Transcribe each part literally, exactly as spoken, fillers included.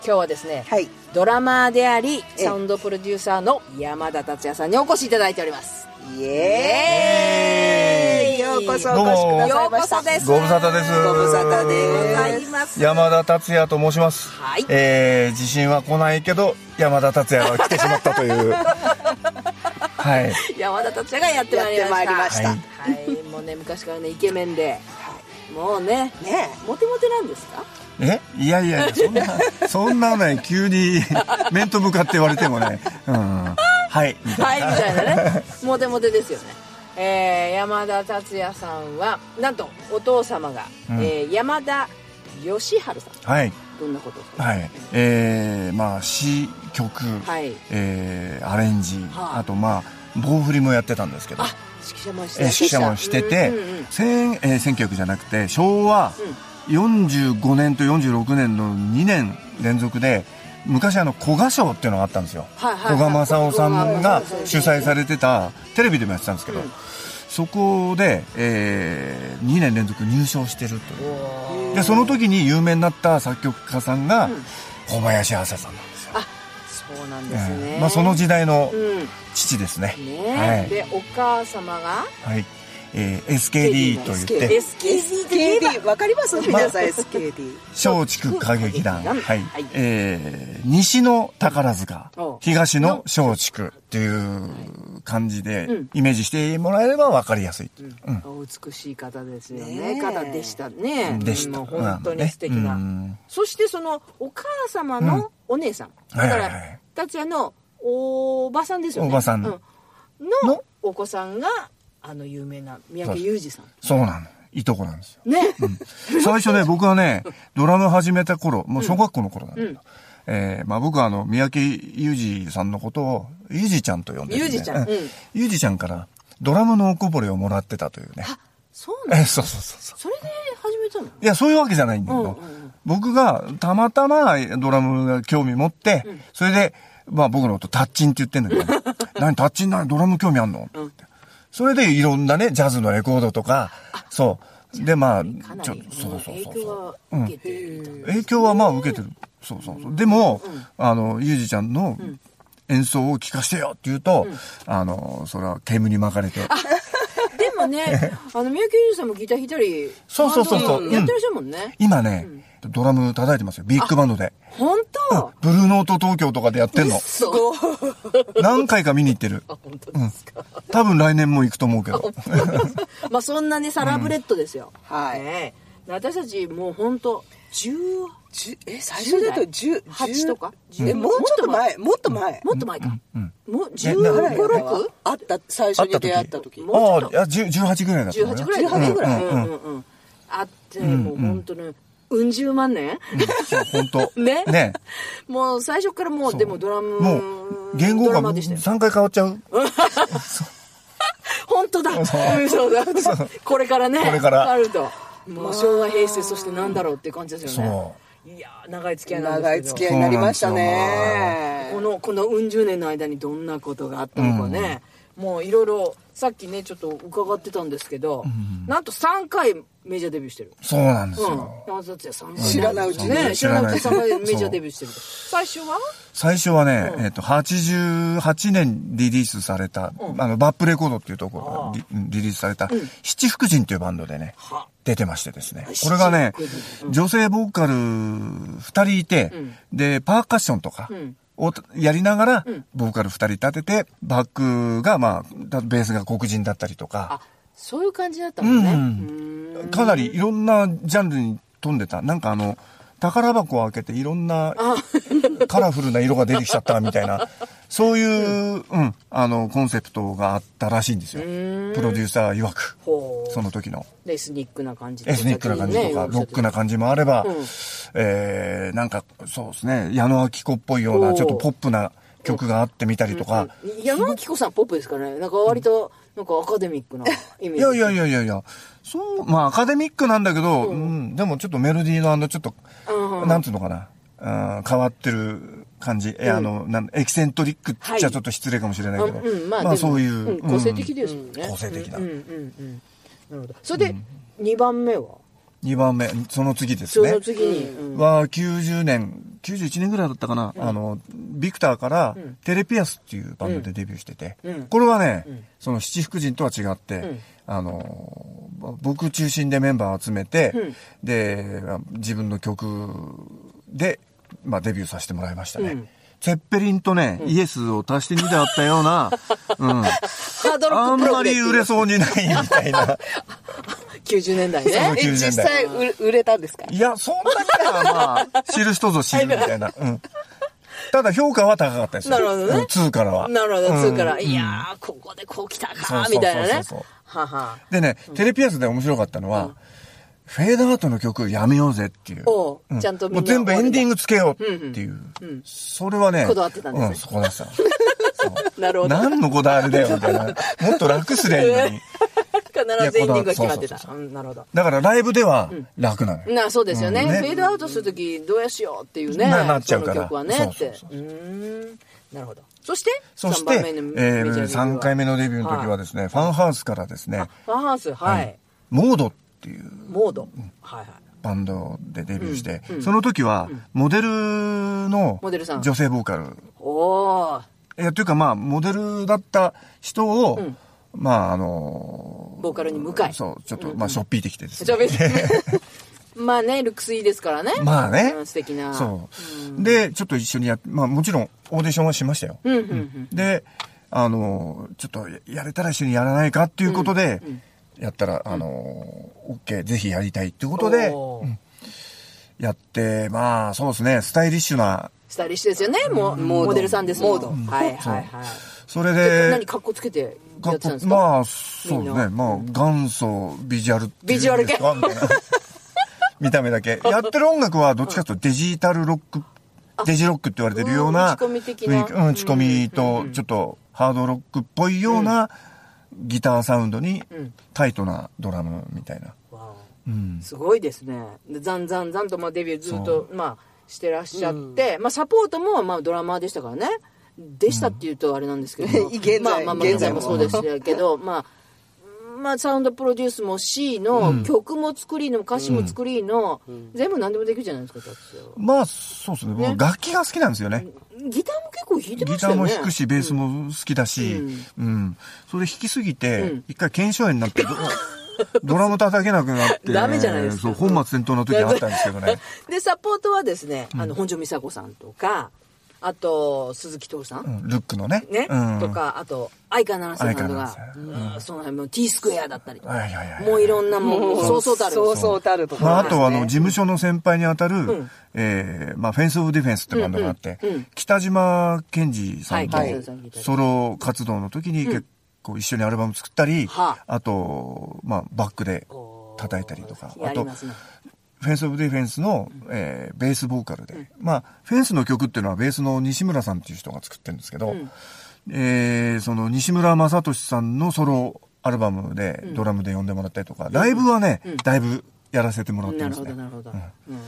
今日はですね、 はい、 ドラマーでありサウンドプロデューサーの山田達也さんにお越しいただいております。 イエーイ、ようこそお越しくださいました。 ようこそです。 ご無沙汰です。 ご無沙汰でございます。 山田達也と申します。 はい、 えー、地震は来ないけど山田達也が来てしまったというはい、 山田達也がやってまいりました。 やってまいりました。 はい、はい、もうね昔からねイケメンで、はい、もうねねモテモテなんですか。 えいやいやそんなそんなね急に面と向かって言われてもね、うん、はいみたいな、はい、みたいなねモテモテですよね。えー、山田達也さんはなんとお父様が、うん、えー、山田義治さん。 はい。 どんなことですか。 はい。えー、まあ詩曲、 はい、 えー、アレンジ、 はあ、 あとまあ棒振りもやってたんですけど、 あ、指揮者もして、 えー、指揮者もしてて、うんうんうん、千えー、せんきゅうひゃくじゃなくて昭和よんじゅうごねんとよんじゅうろくねんのにねん連続で。昔あの古賀賞っていうのがあったんですよ、はいはいはい、古賀正夫さんが主催されてたテレビでもやってたんですけど、うん、そこで、えー、にねん連続入賞してるという。でその時に有名になった作曲家さんが、うん、小林亜星さんなんですよ。 あ、そうなんですね、 えーまあ、その時代の父ですね、 うん、ね、はい、でお母様が、 はい、えー、エスケーディー と言ってエスケーディー わかります？皆さん エスケーディー松竹歌劇団、はい、はい、えー、西の宝塚東の松竹っていう感じでイメージしてもらえれば分かりやすい、うんうん、お美しい方ですよね。方でしたね。 でした。 もう本当に素敵な、うん、そしてそのお母様のお姉さん、うん、だから達也のおばさんですよね。 おばさん、 うん、のお子さんがあの有名な三宅裕司さん。 そうなの、いとこなんですよね、 うん、最初ね僕はねドラム始めた頃、もう小学校の頃なんだけど、うん、えー、まあ僕はあの三宅裕司さんのことを裕司ちゃんと呼んでる、ね、 裕司ちゃん、うん、 裕司ちゃんからドラムのおこぼれをもらってたというね。 あ、そうなんですか。 え、そうそうそうそう。 それで始めたの？ いや、そういうわけじゃないんだけど、うんうんうん、僕がたまたまドラムが興味持って、うん、それでまあ僕のことタッチンって言ってんだけど何タッチンなドラム興味あんの、うん、それでいろんなねジャズのレコードとか、そうでまあちょそうそうそうそう、うん、影響はまあ受けてる。そうそうそう。でも、うん、あの裕司ちゃんの演奏を聴かせてよって言うと、うん、あのそれは煙に巻かれて。 でもね、あの三宅裕司さんもギター弾いたり、 そうそうそうそう、 やってらっしゃるもんね。うん、 今ね、うん、ドラム叩いてますよ、ビッグバンドで。 本当、 うん、ブルーノート東京とかでやってんの。 そう。 何回か見に行ってる。 あ、本当ですか。 うん、多分来年も行くと思うけど。 まあそんなねサラブレッドですよ。 うん、はい、 ね。私たちもう本当十え最初だと十八とか、 えもうちょっと前、もっと前、 もっと前か、 うんうん、もう十五六あった最初に出会った時。 ああ、いや十十八ぐらいだった。 十八ぐらい。十八ぐらい。うんうんうん。あってもう本当にうん十万年。 そう本当。 ね。 ね。 もう最初からもうでもドラムもう言語が三回変わっちゃう。 本当だ。そうだ。これからね。 これからあると。もう昭和平成そしてなんだろうっていう感じですよね。そう。いや長い付き合いなんですけど。 長い付き合いになりましたね。 このこのうん十年の間にどんなことがあったのかね。うん、もういろいろさっきねちょっと伺ってたんですけど、うん、なんとさんかいメジャーデビューしてる。 そうなんですよ。 山田達也さん知らないうちにね、知らないうちにさんかいメジャーデビューしてる。最初は？ 最初はね、うん、えっとはちじゅうはちねんリリースされた、うん、あのバップレコードっていうところが リ, リリースされた、うん、七福神っていうバンドでね出てましてですね。これがね、うん、女性ボーカルふたりいて、うん、でパーカッションとか。うんをやりながら、ボーカルふたり立てて、バックが、まあ、ベースが黒人だったりとか。 あ、そういう感じだったもんね。 うん、かなりいろんなジャンルに飛んでた。なんかあの、宝箱を開けていろんなカラフルな色が出てきちゃったみたいな、そういう、うん、あの、コンセプトがあったらしいんですよ。プロデューサー曰く。その時の。 エスニックな感じエスニックな感じとか、ロックな感じもあれば、うん、えー、なんか、そうですね、矢野顕子っぽいような、ちょっとポップな曲があってみたりとか。 うんうん、矢野顕子さんポップですかね。なんか割と、なんかアカデミックなイメージ。いやいやいやいやいや、そう、まあアカデミックなんだけど、うん、うん、でもちょっとメロディーのあの、ちょっと、うん、なんつうのかな、うん、変わってる感じ。え、うん、あの、なんエキセントリックって言っちゃちょっと失礼かもしれないけど、はい、うん、まあ、まあそういう、 うん、個性的ですよね。 個性的な。うんうんうんうんなるほど。それで、にばんめはにばんめ、その次ですね。 その次に。 うん、はきゅうじゅうねんきゅうじゅういちねんぐらいだったかな、うん、あの、ビクターから、うん、テレピアスっていうバンドでデビューしてて、うん、これはね、うん、その七福神とは違って、うん、あの、僕中心でメンバーを集めて、うん、で、自分の曲で、まあデビューさせてもらいましたね。うんツェッペリンとね、うん、イエスを足してにであったような、うん。ハードロックプログレあんまり売れそうにないみたいな。 きゅうじゅうねんだいね。 え、実際売れたんですか？ いや、そんなにはまあ、知る人ぞ知るみたいな。うん。ただ評価は高かったですよ。 なるほどね。 ツーからは。 なるほど、ツーから。いやー、ここでこう来たか、みたいなね。そうそうそう。はは。 でね、テレピアスで面白かったのは、フェードアウトの曲やめようぜっていう。 おう、ちゃんとみんな。 もう全部エンディングつけようっていう。うんうん、それはね。 こだわってたんですね。 うん、そこだった。 なるほど。 何のこだわりだよ、みたいな。もっと楽すりゃいいのに。 必ずエンディングが決まってた。そうそうそう、なるほど。 だからライブでは楽なのよ。 うん、な、そうですよね。うん、ねフェードアウトするときどうやしようっていうね。 な、なっちゃうから。 その曲はね。そうそうそう。うーん。なるほど。そしてそして、えー、さんかいめのデビューの時はですね、はい、ファンハウスからですね。 ファンハウス、はい。はい、 モードっていう。 モード、うん、はいはい。 バンドでデビューして、うんうん、その時は、モデルの女性ボーカル。 おー。 いや、というかまあ、モデルだった人を、うん、まあ、あのー、ボーカルに向かい。 そう、ちょっと、うんうん、まあ、しょっぴいてきてですね。しょっぴいてまあね、ルックスいいですからね。 まあね。 うん、素敵な。 そう、うん。で、ちょっと一緒にやって、まあもちろんオーディションはしましたよ。 うんうんうん、で、 あのー、ちょっとやれたら一緒にやらないかっていうことで、うんうんやったら、あのー、OK、ぜひやりたいっていうことで、うん、やって、まあ、そうですね、スタイリッシュな。 スタイリッシュですよね、もう、モデルさんですもん。モード。うん、はいはいはい。 それで、 何、格好つけてやってたんですか？ まあ、そうですね、まあ、元祖ビジュアルっていうんですかみたいな。見た目だけ。やってる音楽は、どっちかというとデジタルロック、デジロックって言われてるような、 打ち込み的な。 うん、打ち込みと、ちょっとハードロックっぽいような、うんギターサウンドにタイトなドラムみたいな、 うん、すごいですね。でザンザンザンとまあデビューずっとまあしてらっしゃって、うん、まあサポートもまあドラマーでしたからね。でしたっていうとあれなんですけど、 うん、現在まあまあまあ現在もそうですけど、まあまあサウンドプロデュースも C の、うん、曲も作りの歌詞も作りの、うん、全部何でもできるじゃないですか。 まあそうですね。ね楽器が好きなんですよね。 ギターも結構弾いてましたよね。 ギターも弾くしベースも好きだし、うん、うん、それ弾きすぎて、うん、一回腱鞘炎になってドラム叩けなくなって、 ダメじゃないですか。 そう本末転倒の時あったんですけどね。 でサポートはですね、あの本庄美佐子さんとか。あと鈴木徹さん、 うん、ルックのねね、うん、とかあと相川七瀬さんとか、うん、その辺も T スクエアだったり、はいはいはい、もういろんなもうそうそうたるそうそうたるとか、 まあ、あとはあの事務所の先輩にあたる、うん、えー、まあフェンスオブディフェンスってバンドがあって、うんうん、北島健二さんとソロ活動の時に結構一緒にアルバム作ったり、うん、あとまあバックで叩いたりとか、あとフェンスオブディフェンスの、えー、ベースボーカルで、うん、まあフェンスの曲っていうのはベースの西村さんっていう人が作ってるんですけど、うん、えー、その西村正俊さんのソロアルバムでドラムで呼んでもらったりとか、うん、ライブはね、うん、だいぶやらせてもらってますね。 なるほどなるほど、うん、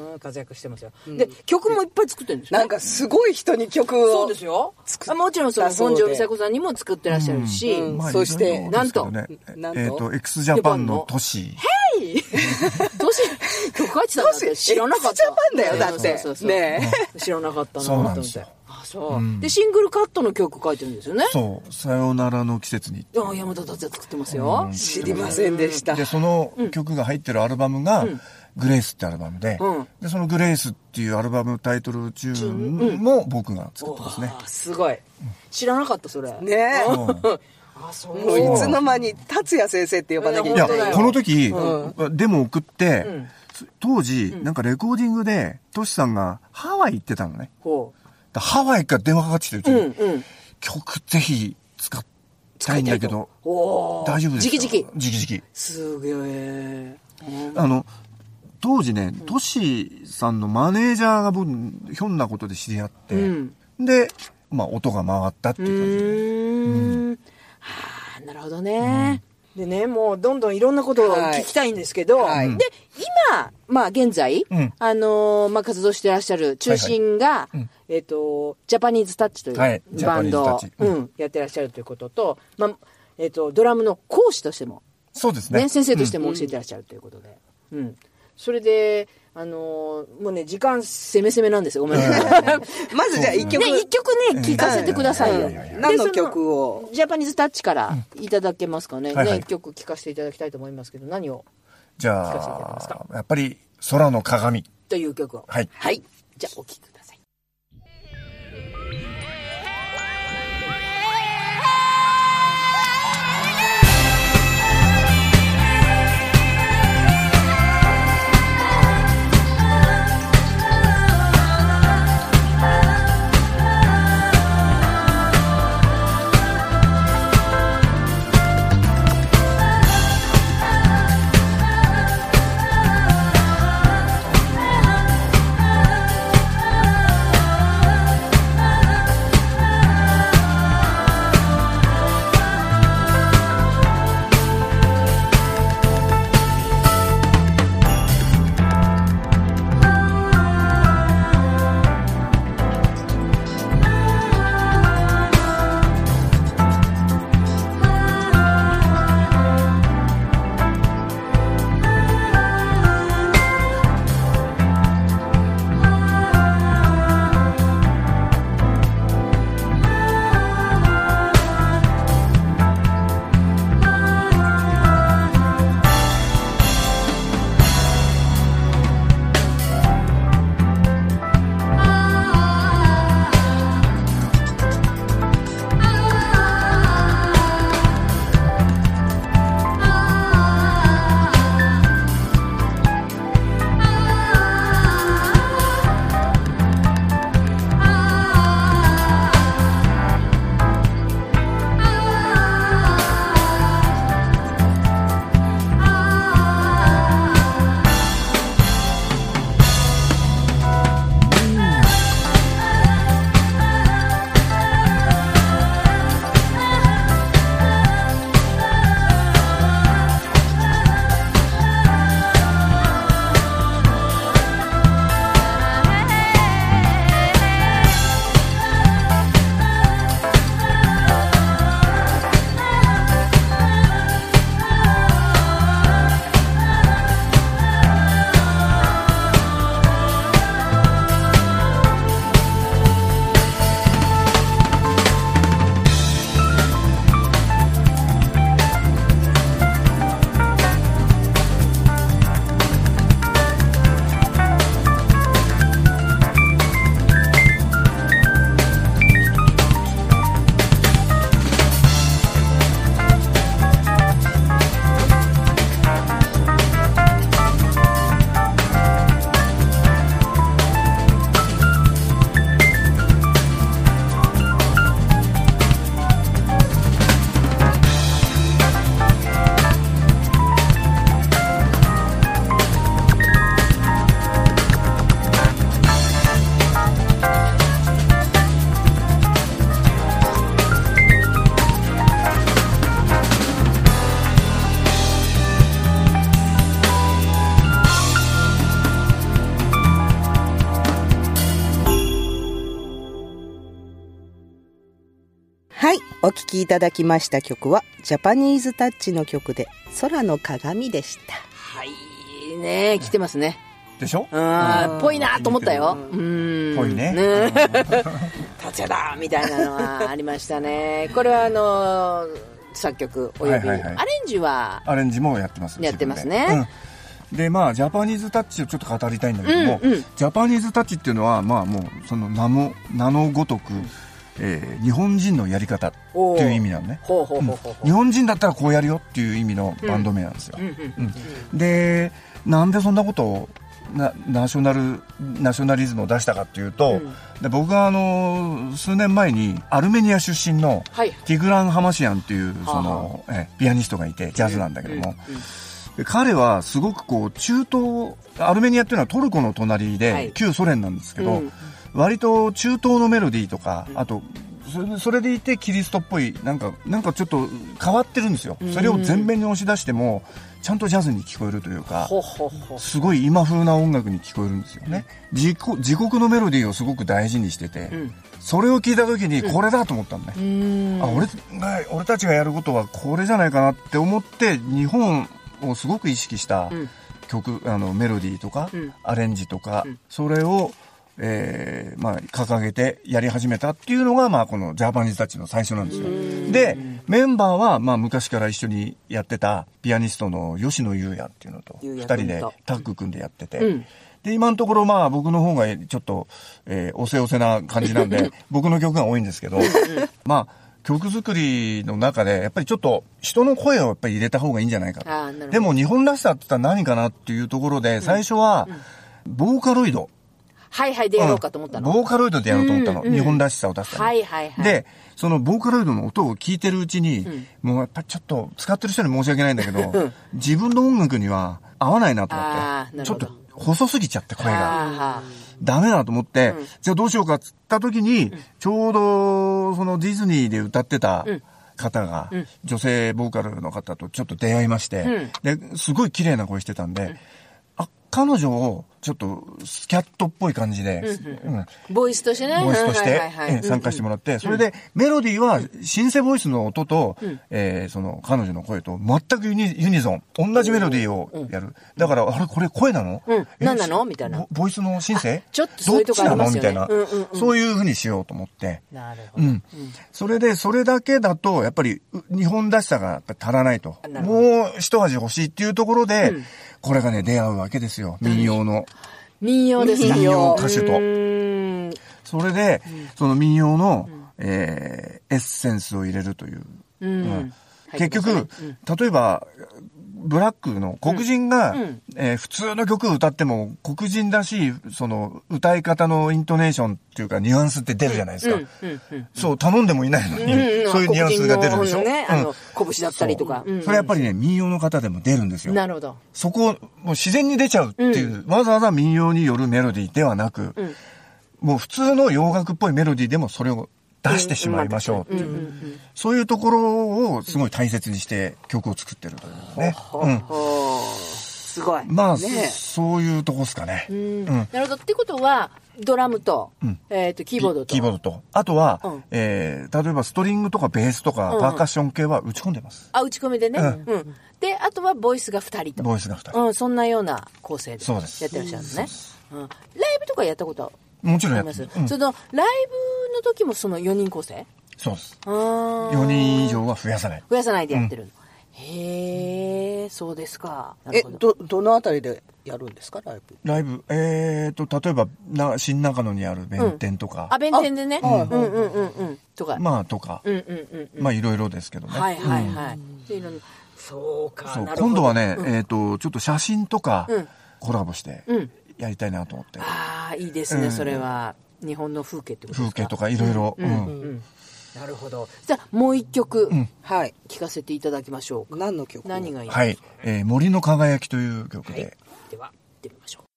うん活躍してますよ、うん、で曲もいっぱい作ってるんですよ。 なんかすごい人に曲をそうですよ。あもちろんその本庄美佐子さんにも作ってらっしゃるし、 うんうんまあ、そしてなんとなんと、えー、と x ジャパンのトシトシ曲書いてたんだって知らなかった。 x ジャパンだよだって、 そうそうそうねえ知らなかったなと思って。そうなんですよ。 あそう、うん、でシングルカットの曲書いてるんですよね。 そうさよならの季節にあ山田達也作ってますよ、 うん、知りませんでした。 でその曲が入ってるアルバムが、うんグレースってアルバムで、うん、でそのグレースっていうアルバムタイトルチューンも僕が作ってますね。 うん、すごい知らなかったそれねえあそうもういつの間に達也先生って呼ばなきゃいけない。 いやこの時、うん、デモ送って、うん、当時、うん、なんかレコーディングでトシさんがハワイ行ってたのね、うん、ハワイから電話かかってきてる時に、うんうん、曲ぜひ使ったいんだけど大丈夫ですか。 直々 直々 すげえ、 うん、あの当時ね、トシさんのマネージャーが僕ひょんなことで知り合って、うん、で、まあ音が回ったっていう感じで、 うん、はあなるほどね、うん、でねもうどんどんいろんなことを聞きたいんですけど、はい、で今まあ現在、うん、あのー、まあ活動してらっしゃる中心が、はいはい、えっ、ー、とジャパニーズタッチというバンドを、はいうん、やってらっしゃるということと、まあえっ、ー、とドラムの講師としてもそうですね、 ね先生としても教えてらっしゃるということで、うん。うんそれであのー、もうね、時間攻め攻めなんですよ。ごめんなさい。 まずじゃあ一曲。 ね、一曲ね、聴かせてくださいよ。 何の曲を？ ジャパニーズタッチからいただけますかね。ね、一曲聴かせていただきたいと思いますけど、何をじゃあ、やっぱり、空の鏡。 という曲を。 はい。 はい。じゃあ、お聴きください。 お聴きいただきました曲はジャパニーズタッチの曲で空の鏡でした。 はいね、来てますね。 でしょ？ ああ、ぽいなと思ったよ。うん。 ぽいね。 達也だみたいなのはありましたね。これはあの作曲およびアレンジはアレンジもやってます。 やってますね。 でまあジャパニーズタッチをちょっと語りたいんだけども、 うんうん、 ジャパニーズタッチっていうのはまあもうその名も名のごとく、えー、日本人のやり方っていう意味なのね。日本人だったらこうやるよっていう意味のバンド名なんですよ。でなんでそんなことをなナショナルナショナリズムを出したかっていうと、うん、で僕があの数年前にアルメニア出身のティグラン・ハマシアンっていうその、はい、えピアニストがいてジャズなんだけども、うんうん、で彼はすごくこう中東アルメニアっていうのはトルコの隣で、はい、旧ソ連なんですけど、うん、割と中東のメロディーとか、うん、あとそれ、それでいてキリストっぽいなんかなんかちょっと変わってるんですよ。それを前面に押し出してもちゃんとジャズに聞こえるというか、すごい今風な音楽に聞こえるんですよね。自国、自国のメロディーをすごく大事にしてて、うん、それを聞いた時にこれだと思ったんだね、うん、あ 俺, 俺たちがやることはこれじゃないかなって思って日本をすごく意識した曲あのメロディーとか、うん、アレンジとか、うん、それを、えーまあ、掲げてやり始めたっていうのが、まあ、このジャパニーズタッチの最初なんですよ。でメンバーは、まあ、昔から一緒にやってたピアニストの吉野裕也っていうのとふたりでタッグ組んでやってて、うん、で今のところまあ僕の方がちょっと、えー、おせおせな感じなんで僕の曲が多いんですけどまあ曲作りの中でやっぱりちょっと人の声をやっぱり入れた方がいいんじゃないかと。でも日本らしさって言ったら何かなっていうところで、最初はボーカロイド、 はいはいでやろうかと思ったの、 うん、ボーカロイドでやろうと思ったの、うんうん、日本らしさを出すために、 はいはいはい、 でそのボーカロイドの音を聞いてるうちに、うん、もうやっぱりちょっと使ってる人に申し訳ないんだけど自分の音楽には合わないなと思ってちょっと細すぎちゃって声がダメだと思って、うん、じゃあどうしようかっつった時に、うん、ちょうどそのディズニーで歌ってた方が、うん、女性ボーカルの方とちょっと出会いまして、うん、ですごい綺麗な声してたんで、うん、あ彼女をちょっとスキャットっぽい感じで、 うんうんうん、ボイスとしてねボイスとして、はいはいはい、参加してもらって、うん、それでメロディーはシンセボイスの音と、うんえー、その彼女の声と全くユニ、ユニゾン同じメロディーをやる、うん、だからあれこれ声なの、 うん、何なのみたいなボイスのシンセちょっとそういうとこありますよね、 どっちなのみたいな、うんうんうん、そういう風にしようと思ってなるほど、うん、 それでそれだけだとやっぱり日本らしさがやっぱ足らないと、もう一味欲しいっていうところで、うん、これがね出会うわけですよ、民謡の民謡です民謡歌手と。それで、うん、その民謡の、うんえー、エッセンスを入れるという。うんうん、結局、ねうん、例えば、ブラックの黒人が、うんえー、普通の曲を歌っても黒人らしいその歌い方のイントネーションっていうかニュアンスって出るじゃないですか、うんうんうん、そう頼んでもいないのに、うんうん、そういうニュアンスが出るでしょ、 ね、あの、うん、拳だったりとかそ,、うんうん、それやっぱりね民謡の方でも出るんですよ。 なるほど。 そこもう自然に出ちゃうっていう、うん、わざわざ民謡によるメロディーではなく、うん、もう普通の洋楽っぽいメロディーでもそれを出してしまいましょうっていう、うんうんうん、そういうところをすごい大切にして曲を作ってるというね、うん、 すごいまあ、ね、そういうとこですかね、 うんうん、なるほど。ってことはドラムと、うんえー、とキーボードとキーボードとあとは、うんえー、例えばストリングとかベースとかパーカッション系は打ち込んでます、 うん、あ打ち込みでね、うんうん、であとはボイスがふたりとボイスがふたり、 うん、そんなような構成でやってらっしゃるのね、うん、ライブとかやったこともちろんやってます、 うん、そのライブの時もそのよにん構成？ そうです。よにん以上は増やさない。 増やさないでやってるの。うん、へえ、そうですか。 え、ど、どのあたりでやるんですか、ライブ？ ライブ、えーと、例えば、な新中野にある弁天とか。 うん、あ、弁天でね。うん、うん、うん、うん、うん。とか。 まあ、とか。うん、うん、うん。まあ、いろいろですけどね。 はい、はい、はい。うん、そうか。そう、 今度はね、うん、えーと、ちょっと写真とか、コラボして、やりたいなと思って。うん、 ああ、いいですね、うん、それは。日本の風景ってことですか？ 風景とかいろいろ。 なるほど。じゃあもう一曲、うん、はい、聴かせていただきましょうか。 何の曲？ 何がいいですか？ はい、えー、森の輝きという曲で、はい、 では行ってみましょう。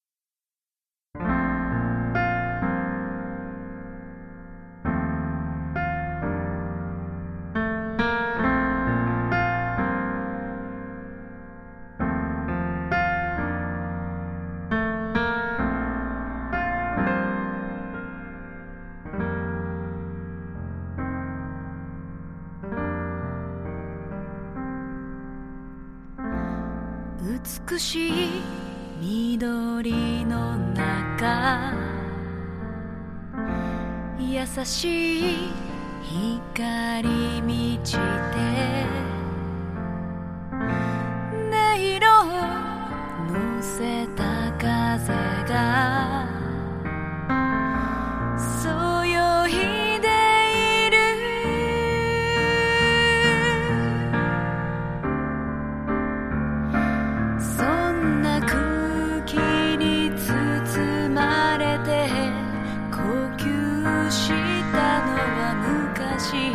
美しい緑の中、優しい光満ちて、音色を乗せた風がそよいでいる。そんな空気に包まれて呼吸したのは昔、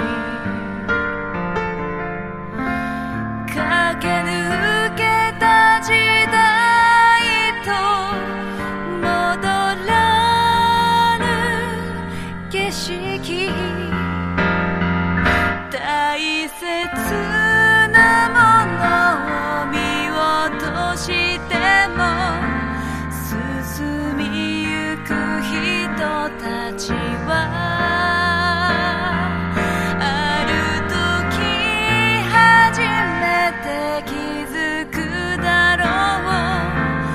駆け抜けた時代と戻らぬ景色、大切なものを見落としても進みゆく人たちはある時初めて気づくだろう。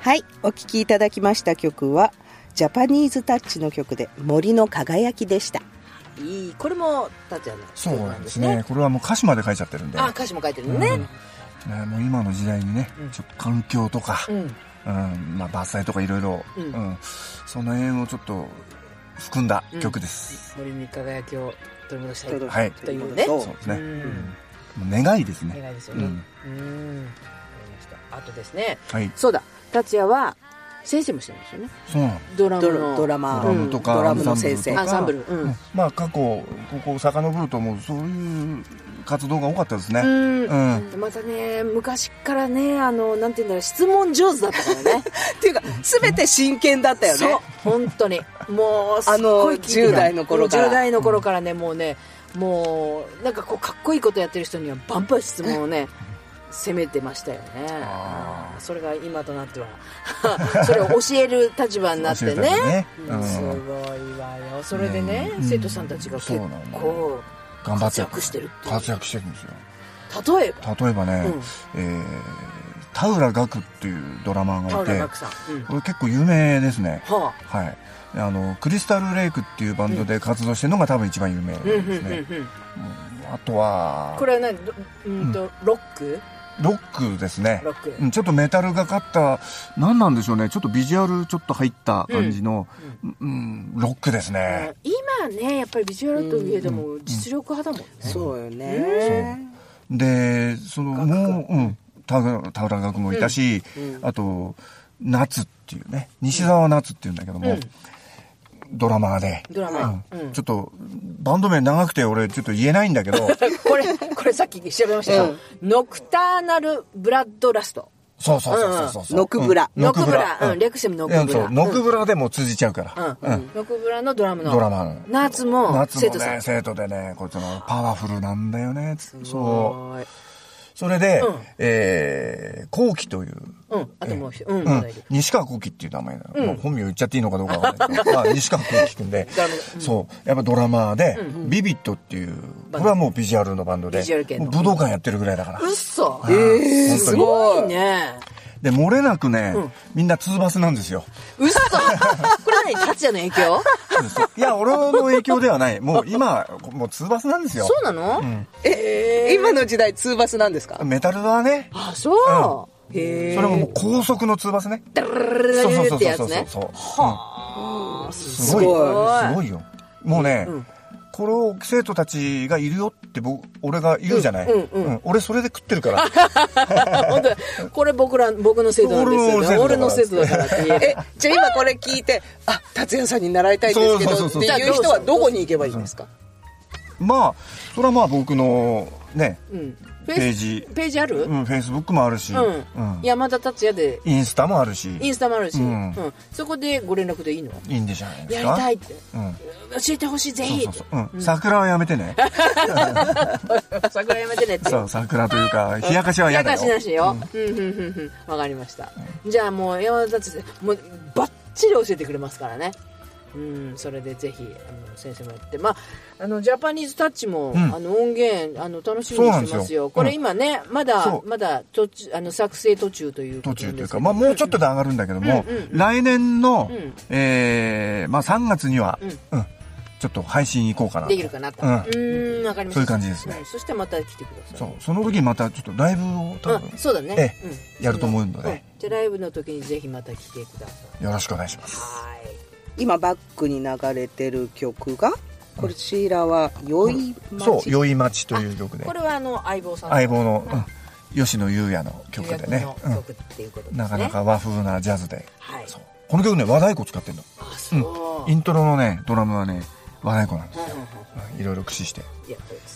はい、お聴きいただきました曲はジャパニーズタッチの曲で森の輝きでした。 いい、これも達也のそうなんですね。これはもう歌詞まで書いちゃってるんで。 あ、歌詞も書いてるね、うん、 ね、もう今の時代にね、うん、ちょっと環境とか、うんうん、まあ、伐採とかいろいろその辺をちょっと含んだ曲です、 うん、森に輝きを取り戻したい、 はい、 というね。 そうですね、うん、願いですね。 願いですよね。うん、うん、わかりました。あとですね、 はい、 そうだ、達也は先生もしてるんですよね。 そうなの。 ドラムのドラマドラムとか、 ドラムの先生、 アンサンブル、うん、 まあ過去ここ遡るともうそういう活動が多かったですね。うん、 うん、またね、昔からね、あのなんていうんだろう、質問上手だったからねっていうか全て真剣だったよね。 そう、本当にもうすっごい聞いてた。 じゅう代の頃からじゅう代の頃からね、もうね、もうなんかこうかっこいいことやってる人にはバンバン質問をね攻めてましたよね。あ、それが今となってはそれを教える立場になって ね, ね、うん、すごいわよ。それでね、うん、生徒さんたちが結構活躍してるっていう。 活躍してるんですよ。 例えば例えばね、うん、えー、田浦岳っていうドラマーがいて、田浦岳さん、うん、これ結構有名ですね、はあ、はい、あのクリスタルレイクっていうバンドで活動してるのが多分一番有名ですね。あとはこれは何、うんと、ロックロックですね。 ロック、 うん、ちょっとメタルがかった何なんでしょうね、ちょっとビジュアルちょっと入った感じの、うんうんうん、ロックですね。 今ねやっぱりビジュアルといえども実力派だもんね、 うんうん、そうよね。 でそのもう、うん、田浦岳もいたし、うんうん、あと夏っていうね、西澤夏っていうんだけども、うん、ドラマーでドラマー、 うんうん、ちょっとバンド名長くて俺ちょっと言えないんだけどこれこれさっき調べましたよ、うん、ノクターナルブラッドラスト。 そうそうそうそうそう、 ノクブラ、 ノクブラ、うん、略してもノクブラ、 そう、ノクブラでも通じちゃうから、 うんうん、ノクブラのドラムのドラマの夏も生徒さん、 夏もね、生徒でね、こいつのパワフルなんだよね。そうそれで、うん、えー、コウキという、 うん、あともう、うんうん、西川コウキっていう名前なの、うん、もう本名言っちゃっていいのかどうかわかんないけど、まあ、西川コウキ君で、うん、そうやっぱドラマーで、うんうん、ビビットっていうこれはもうビジュアルのバンドで、武道館やってるぐらいだから。 うっそ、 えー、すごいね。 で漏れなくね、うん、みんなツーバスなんですよ。 うっそこれ何、達也の影響？ いや俺の影響ではない。もう今もうツーバスなんですよ。 そうなの？うん、 えー、今の時代ツーバスなんですか？ メタルはね。 あ、そう、うん、へえ。 それももう高速のツーバスね。 ダルルルルルってやつね。 そうそうそうそう。 はあ、 すごいすごいよ。もうね、うん、この生徒たちがいるよって僕俺が言うじゃない、うんうんうん、俺それで食ってるから本当これ僕ら僕の生徒なんですよね。俺の生徒だからって言え。 え、じゃあ今これ聞いて、あ、達也さんに習いたいんですけどっていう人はどこに行けばいいんですか？ まあそれはまあ僕のね、うん、ページページある？ うん、フェイスブックもあるし、うんうん、山田達也でインスタもあるし、 インスタもあるし、うんうん、そこでご連絡でいいの？ いいんでじゃないですか。 やりたいって、うん、教えてほしいぜひ。 そうそうそう、うん、桜はやめてね桜やめてねって。 そう桜というか冷やかしは嫌だよ。 冷やかしなしよ。うんうんうんうん、わかりました、うん、じゃあもう山田達也もうバッチリ教えてくれますからね。うん、それでぜひあの先生もやって、まあ、あのジャパニーズタッチも、うん、あの音源あの楽しみにしてますよ。よこれ今ね、うん、まだまだ途中あの作成途中ということです。 途中というか、まあ、もうちょっとで上がるんだけども、うんうんうん、来年の、うん、えーまあ、さんがつには、うんうん、ちょっと配信行こうかなと。 できるかなと。うん、うーん、わかりました。 そういう感じですね。 うん、そしてまた来てください。 そう、その時にまたちょっとライブを多分、 うん、そうだね、ええ、うん、やると思うので、うん、 じゃあライブの時にぜひまた来てください。 よろしくお願いします。 はい。 今バックに流れてる曲がこちらは宵町、 そう宵町という曲で、 これはあの相棒さん、 相棒の、うん、吉野裕也の曲でね、 曲っていうことですね、 なかなか和風なジャズで、 はい、 そうこの曲ね和太鼓使ってるの。 あ、そう、 うん、イントロのねドラムはね和太鼓なんですよ、うんうん、いろいろ駆使してやってます。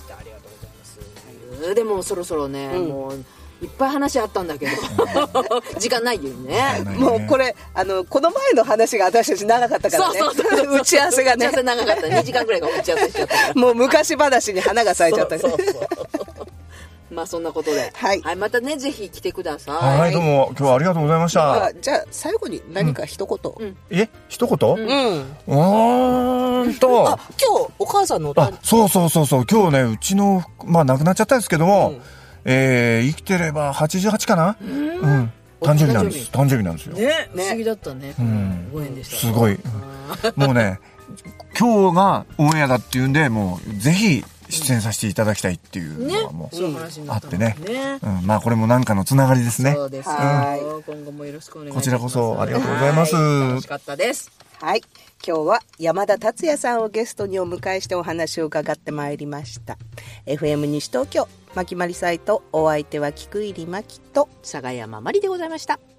ありがとうございます。でもそろそろね、うん、もういっぱい話あったんだけど時間ないよ ね, ねもうこれあのこの前の話が私たち長かったからね。 そうそうそう打ち合わせがね打ち合わせ長かったにじかんぐらいが打ち合わせしちゃったからもう昔話に花が咲いちゃったそうそうそうまあそんなことで、 はいはい、またねぜひ来てください。はい、どうも今日はありがとうございました。 あ、じゃあ最後に何か一言、うん、 え一言、うん、うーんとあ、今日お母さんのあそうそうそうそう今日ねうちのまあ亡くなっちゃったんですけども、うん、えー、生きてればはちじゅうはちかな、うん、うん、 誕生日なんです。誕生日なんですよ。 ね、不思議だったね。うん、ご縁でした。 すごい。もうね、今日がオンエアだっていうんで、もうぜひ出演させていただきたいっていうのはもうあってね。うん、まあこれもなんかのつながりですね。 そうです。はい。今後もよろしくお願いします。 こちらこそありがとうございます。 楽しかったです。 はい。今日は山田達也さんをゲストにお迎えしてお話を伺ってまいりました。エフエム 西東京、まきまりサイト、お相手は菊入真希と佐賀山まりでございました。